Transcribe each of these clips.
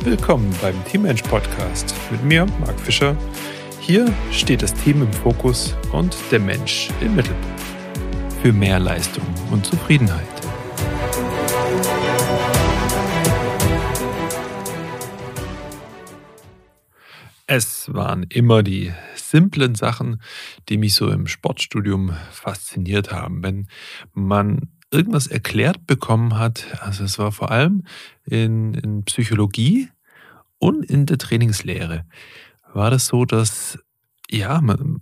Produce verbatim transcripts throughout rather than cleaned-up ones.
Willkommen beim Teammensch Podcast mit mir, Marc Fischer. Hier steht das Team im Fokus und der Mensch im Mittelpunkt. Für mehr Leistung und Zufriedenheit. Es waren immer die simplen Sachen, die mich so im Sportstudium fasziniert haben. Wenn man irgendwas erklärt bekommen hat, also es war vor allem in, in Psychologie und in der Trainingslehre, war das so, dass ja, man,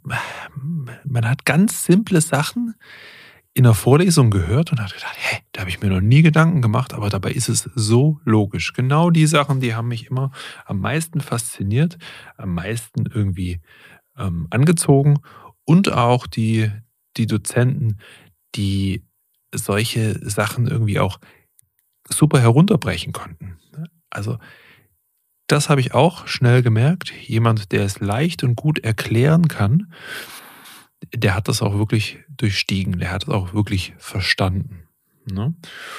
man hat ganz simple Sachen in der Vorlesung gehört und hat gedacht, hä, da habe ich mir noch nie Gedanken gemacht, aber dabei ist es so logisch. Genau die Sachen, die haben mich immer am meisten fasziniert, am meisten irgendwie ähm, angezogen und auch die, die Dozenten, die solche Sachen irgendwie auch super herunterbrechen konnten. Also das habe ich auch schnell gemerkt. Jemand, der es leicht und gut erklären kann, der hat das auch wirklich durchstiegen, der hat es auch wirklich verstanden. Ne?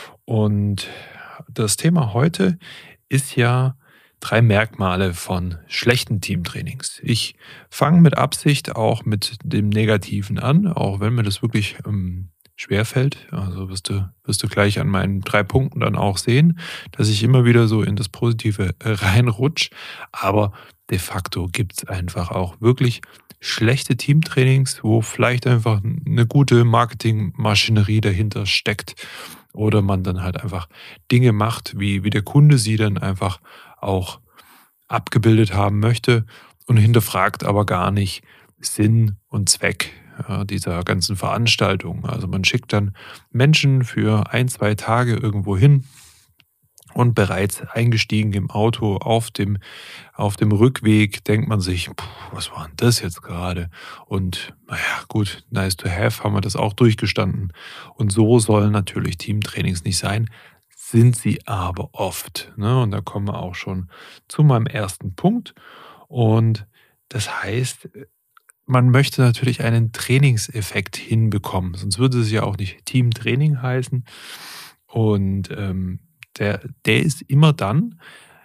Und das Thema heute ist ja drei Merkmale von schlechten Teamtrainings. Ich fange mit Absicht auch mit dem Negativen an, auch wenn mir das wirklich ähm, schwerfällt. Also wirst du, wirst du gleich an meinen drei Punkten dann auch sehen, dass ich immer wieder so in das Positive reinrutsche. Aber de facto gibt es einfach auch wirklich schlechte Teamtrainings, wo vielleicht einfach eine gute Marketingmaschinerie dahinter steckt oder man dann halt einfach Dinge macht, wie, wie der Kunde sie dann einfach auch abgebildet haben möchte und hinterfragt aber gar nicht Sinn und Zweck ja, dieser ganzen Veranstaltung. Also man schickt dann Menschen für ein, zwei Tage irgendwo hin und bereits eingestiegen im Auto auf dem, auf dem Rückweg denkt man sich, puh, was war denn das jetzt gerade? Und naja, gut, nice to have, haben wir das auch durchgestanden. Und so sollen natürlich Teamtrainings nicht sein, sind sie aber oft. Ne? Und da kommen wir auch schon zu meinem ersten Punkt. Und das heißt, man möchte natürlich einen Trainingseffekt hinbekommen, sonst würde es ja auch nicht Teamtraining heißen. Und ähm, Der, der ist immer dann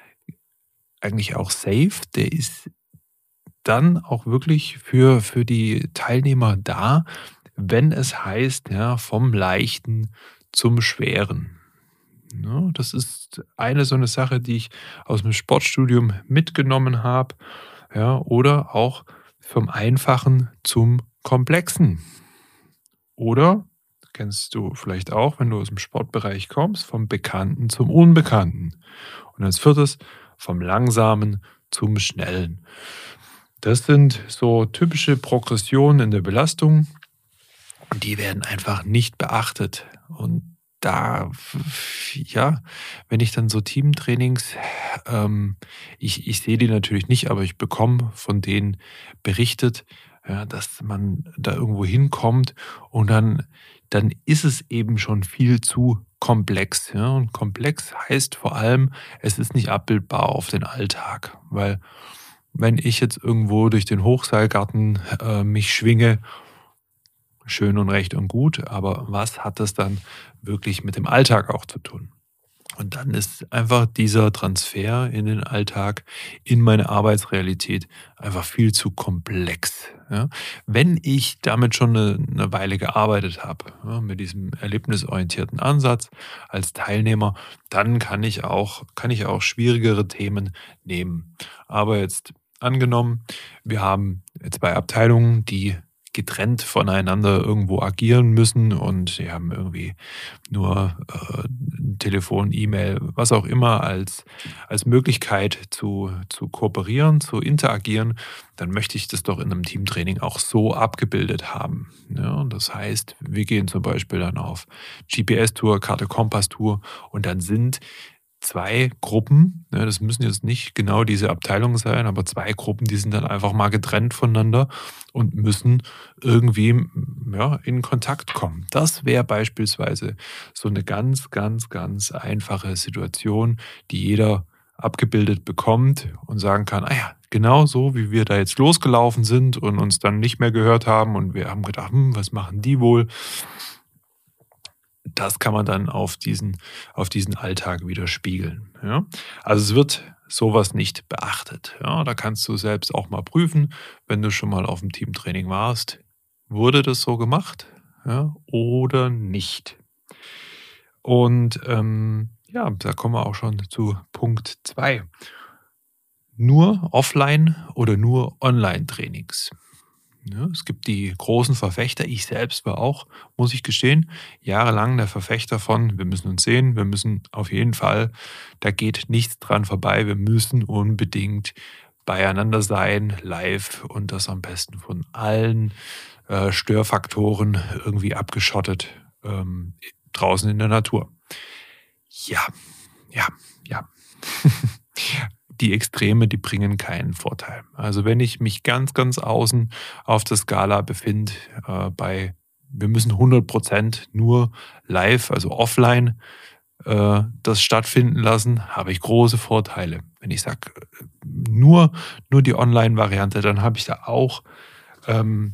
eigentlich auch safe, der ist dann auch wirklich für, für die Teilnehmer da, wenn es heißt, ja, vom Leichten zum Schweren. Ja, das ist eine so eine Sache, die ich aus dem Sportstudium mitgenommen habe, ja, oder auch vom Einfachen zum Komplexen. Oder kennst du vielleicht auch, wenn du aus dem Sportbereich kommst, vom Bekannten zum Unbekannten. Und als viertes vom Langsamen zum Schnellen. Das sind so typische Progressionen in der Belastung und die werden einfach nicht beachtet. Und da, ja, wenn ich dann so Teamtrainings, ähm, ich, ich sehe die natürlich nicht, aber ich bekomme von denen berichtet, ja, dass man da irgendwo hinkommt und dann, dann ist es eben schon viel zu komplex. Ja? Und komplex heißt vor allem, es ist nicht abbildbar auf den Alltag. Weil wenn ich jetzt irgendwo durch den Hochseilgarten äh, mich schwinge, schön und recht und gut, aber was hat das dann wirklich mit dem Alltag auch zu tun? Und dann ist einfach dieser Transfer in den Alltag, in meine Arbeitsrealität einfach viel zu komplex. Ja? Wenn ich damit schon eine, eine Weile gearbeitet habe, ja, mit diesem erlebnisorientierten Ansatz als Teilnehmer, dann kann ich auch, kann ich auch schwierigere Themen nehmen. Aber jetzt angenommen, wir haben zwei Abteilungen, die getrennt voneinander irgendwo agieren müssen und sie haben irgendwie nur äh, Telefon, E-Mail, was auch immer als, als Möglichkeit zu, zu kooperieren, zu interagieren, dann möchte ich das doch in einem Teamtraining auch so abgebildet haben. Ja, und das heißt, wir gehen zum Beispiel dann auf G P S-Tour, Karte-Kompass-Tour und dann sind zwei Gruppen, ne, das müssen jetzt nicht genau diese Abteilungen sein, aber zwei Gruppen, die sind dann einfach mal getrennt voneinander und müssen irgendwie ja, in Kontakt kommen. Das wäre beispielsweise so eine ganz, ganz, ganz einfache Situation, die jeder abgebildet bekommt und sagen kann, ah ja, genau so, wie wir da jetzt losgelaufen sind und uns dann nicht mehr gehört haben und wir haben gedacht, hm, was machen die wohl? Das kann man dann auf diesen, auf diesen Alltag wieder spiegeln. Ja? Also es wird sowas nicht beachtet. Ja, da kannst du selbst auch mal prüfen, wenn du schon mal auf dem Teamtraining warst, wurde das so gemacht, ja, oder nicht? Und ähm, ja, da kommen wir auch schon zu Punkt zwei. Nur Offline oder nur Online-Trainings? Ja, es gibt die großen Verfechter. Ich selbst war auch, muss ich gestehen, jahrelang der Verfechter von, wir müssen uns sehen, wir müssen auf jeden Fall, da geht nichts dran vorbei, wir müssen unbedingt beieinander sein, live und das am besten von allen äh, Störfaktoren irgendwie abgeschottet, ähm, draußen in der Natur. Ja, ja, ja. Die Extreme, die bringen keinen Vorteil. Also wenn ich mich ganz, ganz außen auf der Skala befinde, äh, bei wir müssen hundert Prozent nur live, also offline, äh, das stattfinden lassen, habe ich große Vorteile. Wenn ich sage, nur, nur die Online-Variante, dann habe ich da auch ähm,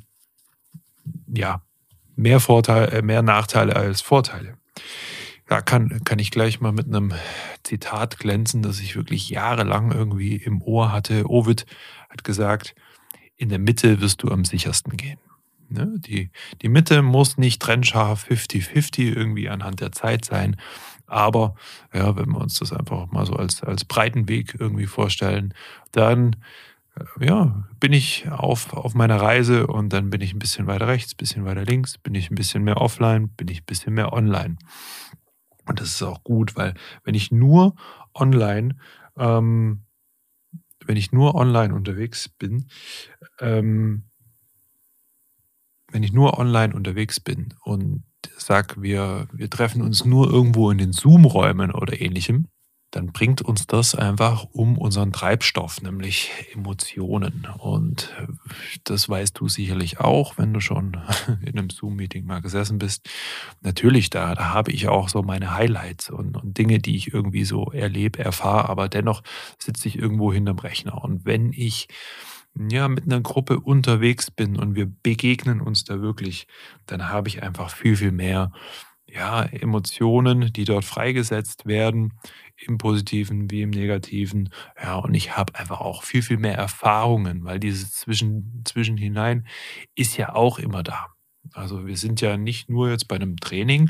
ja, mehr Vorteile, äh, mehr Nachteile als Vorteile. Da kann, kann ich gleich mal mit einem Zitat glänzen, das ich wirklich jahrelang irgendwie im Ohr hatte. Ovid hat gesagt, in der Mitte wirst du am sichersten gehen. Ne? Die, die Mitte muss nicht trennscharf fünfzig fünfzig irgendwie anhand der Zeit sein. Aber ja, wenn wir uns das einfach mal so als, als breiten Weg irgendwie vorstellen, dann äh, ja, bin ich auf, auf meiner Reise und dann bin ich ein bisschen weiter rechts, ein bisschen weiter links, bin ich ein bisschen mehr offline, bin ich ein bisschen mehr online. Und das ist auch gut, weil wenn ich nur online, ähm, wenn ich nur online unterwegs bin, ähm, wenn ich nur online unterwegs bin und sage, wir, wir treffen uns nur irgendwo in den Zoom-Räumen oder ähnlichem, dann bringt uns das einfach um unseren Treibstoff, nämlich Emotionen. Und das weißt du sicherlich auch, wenn du schon in einem Zoom-Meeting mal gesessen bist. Natürlich, da, da habe ich auch so meine Highlights und, und Dinge, die ich irgendwie so erlebe, erfahre, aber dennoch sitze ich irgendwo hinterm Rechner. Und wenn ich ja mit einer Gruppe unterwegs bin und wir begegnen uns da wirklich, dann habe ich einfach viel, viel mehr ja, Emotionen, die dort freigesetzt werden, im Positiven wie im Negativen. Ja, und ich habe einfach auch viel, viel mehr Erfahrungen, weil dieses Zwischen, Zwischenhinein ist ja auch immer da. Also wir sind ja nicht nur jetzt bei einem Training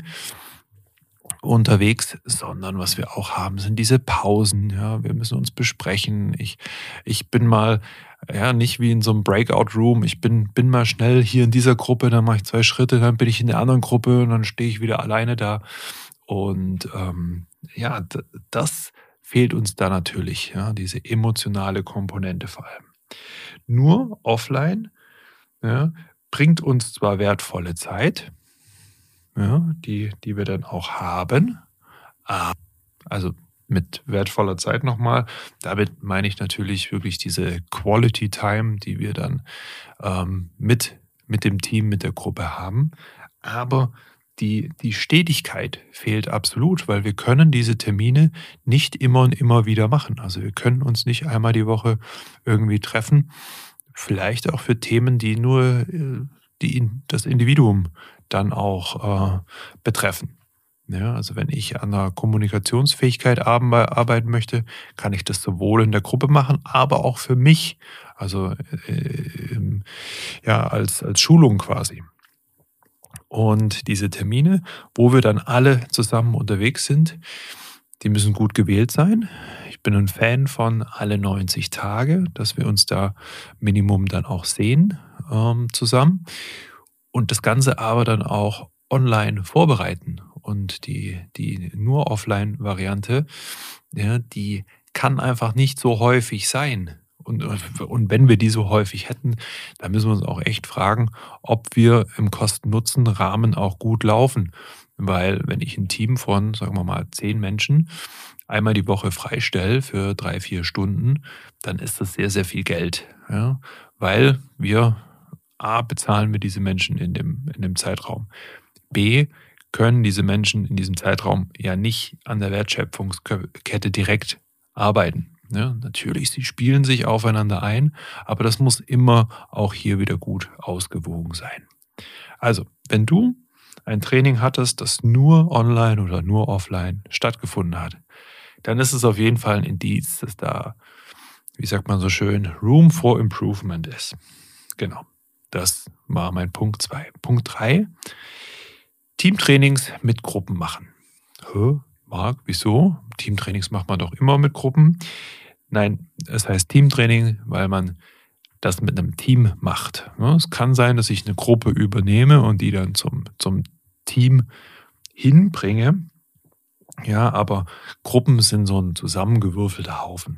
unterwegs, sondern was wir auch haben, sind diese Pausen. Ja, wir müssen uns besprechen. Ich, ich bin mal, ja, nicht wie in so einem Breakout-Room. Ich bin, bin mal schnell hier in dieser Gruppe, dann mache ich zwei Schritte, dann bin ich in der anderen Gruppe und dann stehe ich wieder alleine da. Und ähm, ja, d- das fehlt uns da natürlich, ja, diese emotionale Komponente vor allem. Nur offline, ja, bringt uns zwar wertvolle Zeit, ja, die, die wir dann auch haben, also mit wertvoller Zeit nochmal. Damit meine ich natürlich wirklich diese Quality Time, die wir dann ähm, mit, mit dem Team, mit der Gruppe haben. Aber die, die Stetigkeit fehlt absolut, weil wir können diese Termine nicht immer und immer wieder machen. Also wir können uns nicht einmal die Woche irgendwie treffen. Vielleicht auch für Themen, die nur äh, die, das Individuum dann auch äh, betreffen. Ja, also wenn ich an der Kommunikationsfähigkeit arbe- arbeiten möchte, kann ich das sowohl in der Gruppe machen, aber auch für mich, also äh, ähm, ja, als, als Schulung quasi. Und diese Termine, wo wir dann alle zusammen unterwegs sind, die müssen gut gewählt sein. Ich bin ein Fan von alle neunzig Tage, dass wir uns da Minimum dann auch sehen ähm, zusammen. Und das Ganze aber dann auch online vorbereiten. Und die, die nur Offline-Variante, ja, die kann einfach nicht so häufig sein. Und, und wenn wir die so häufig hätten, dann müssen wir uns auch echt fragen, ob wir im Kosten-Nutzen-Rahmen auch gut laufen. Weil wenn ich ein Team von, sagen wir mal, zehn Menschen einmal die Woche freistelle für drei, vier Stunden, dann ist das sehr, sehr viel Geld. Ja? Weil wir A, bezahlen wir diese Menschen in dem, in dem Zeitraum. B, können diese Menschen in diesem Zeitraum ja nicht an der Wertschöpfungskette direkt arbeiten. Ja, natürlich, sie spielen sich aufeinander ein, aber das muss immer auch hier wieder gut ausgewogen sein. Also, wenn du ein Training hattest, das nur online oder nur offline stattgefunden hat, dann ist es auf jeden Fall ein Indiz, dass da, wie sagt man so schön, Room for Improvement ist. Genau, das war mein Punkt zwei. Punkt drei, Teamtrainings mit Gruppen machen. Hä, Marc, wieso? Teamtrainings macht man doch immer mit Gruppen. Nein, es heißt Teamtraining, weil man das mit einem Team macht. Es kann sein, dass ich eine Gruppe übernehme und die dann zum, zum Team hinbringe. Ja, aber Gruppen sind so ein zusammengewürfelter Haufen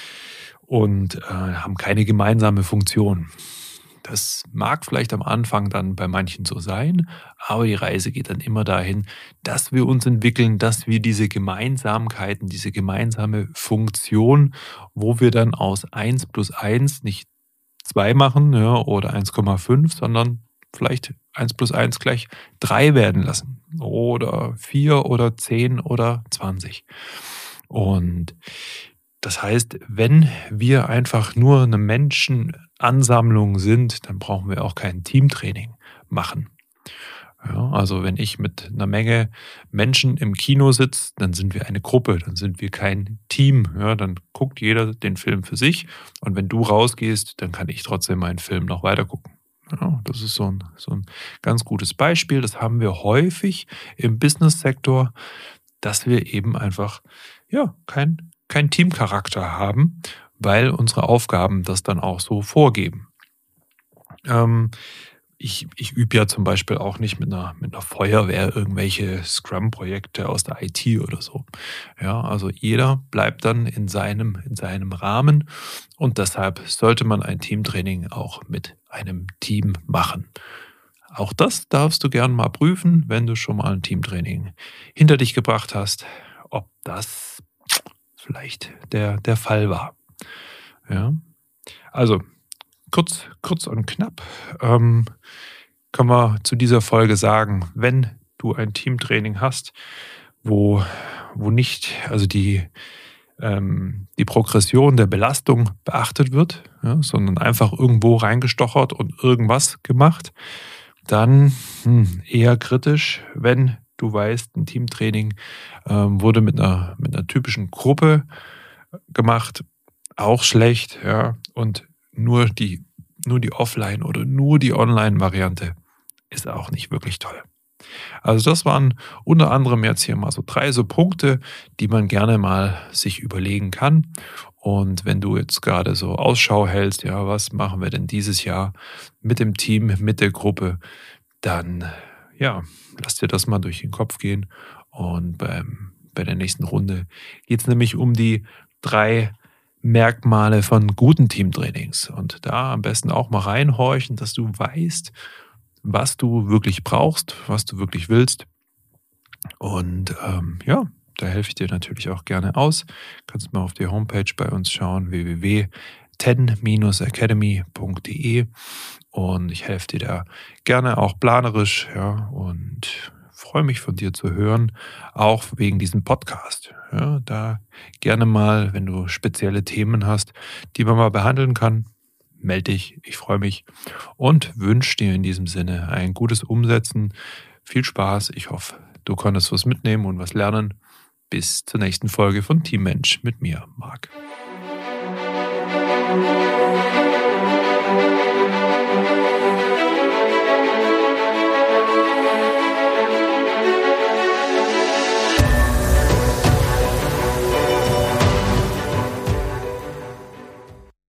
und äh, haben keine gemeinsame Funktion. Das mag vielleicht am Anfang dann bei manchen so sein, aber die Reise geht dann immer dahin, dass wir uns entwickeln, dass wir diese Gemeinsamkeiten, diese gemeinsame Funktion, wo wir dann aus eins plus eins nicht zwei machen, ja, oder eins Komma fünf, sondern vielleicht eins plus eins gleich drei werden lassen oder vier oder zehn oder zwanzig. Und das heißt, wenn wir einfach nur eine Menschenansammlung sind, dann brauchen wir auch kein Teamtraining machen. Ja, also wenn ich mit einer Menge Menschen im Kino sitze, dann sind wir eine Gruppe, dann sind wir kein Team. Ja, dann guckt jeder den Film für sich und wenn du rausgehst, dann kann ich trotzdem meinen Film noch weiter gucken. Ja, das ist so ein, so ein ganz gutes Beispiel. Das haben wir häufig im Business-Sektor, dass wir eben einfach ja, kein, kein Teamcharakter haben, weil unsere Aufgaben das dann auch so vorgeben. Ähm, Ich, ich übe ja zum Beispiel auch nicht mit einer, mit einer Feuerwehr irgendwelche Scrum-Projekte aus der I T oder so. Ja, also jeder bleibt dann in seinem, in seinem Rahmen und deshalb sollte man ein Teamtraining auch mit einem Team machen. Auch das darfst du gern mal prüfen, wenn du schon mal ein Teamtraining hinter dich gebracht hast, ob das vielleicht der, der Fall war. Ja, also Kurz, kurz und knapp ähm, können wir zu dieser Folge sagen, wenn du ein Teamtraining hast, wo, wo nicht, also die, ähm, die Progression der Belastung beachtet wird, ja, sondern einfach irgendwo reingestochert und irgendwas gemacht, dann hm, eher kritisch, wenn du weißt, ein Teamtraining ähm, wurde mit einer, mit einer typischen Gruppe gemacht, auch schlecht, ja, und Nur die, nur die Offline- oder nur die Online-Variante ist auch nicht wirklich toll. Also das waren unter anderem jetzt hier mal so drei so Punkte, die man gerne mal sich überlegen kann. Und wenn du jetzt gerade so Ausschau hältst, ja, was machen wir denn dieses Jahr mit dem Team, mit der Gruppe, dann ja, lass dir das mal durch den Kopf gehen. Und beim, bei der nächsten Runde geht es nämlich um die drei Merkmale von guten Teamtrainings. Und da am besten auch mal reinhorchen, dass du weißt, was du wirklich brauchst, was du wirklich willst. Und ähm, ja, da helfe ich dir natürlich auch gerne aus. Kannst mal auf die Homepage bei uns schauen, w w w punkt ten dash academy punkt d e, und ich helfe dir da gerne auch planerisch, ja, und freue mich von dir zu hören, auch wegen diesem Podcast. Ja, da gerne mal, wenn du spezielle Themen hast, die man mal behandeln kann, melde dich. Ich freue mich und wünsche dir in diesem Sinne ein gutes Umsetzen. Viel Spaß. Ich hoffe, du konntest was mitnehmen und was lernen. Bis zur nächsten Folge von Teammensch mit mir, Marc.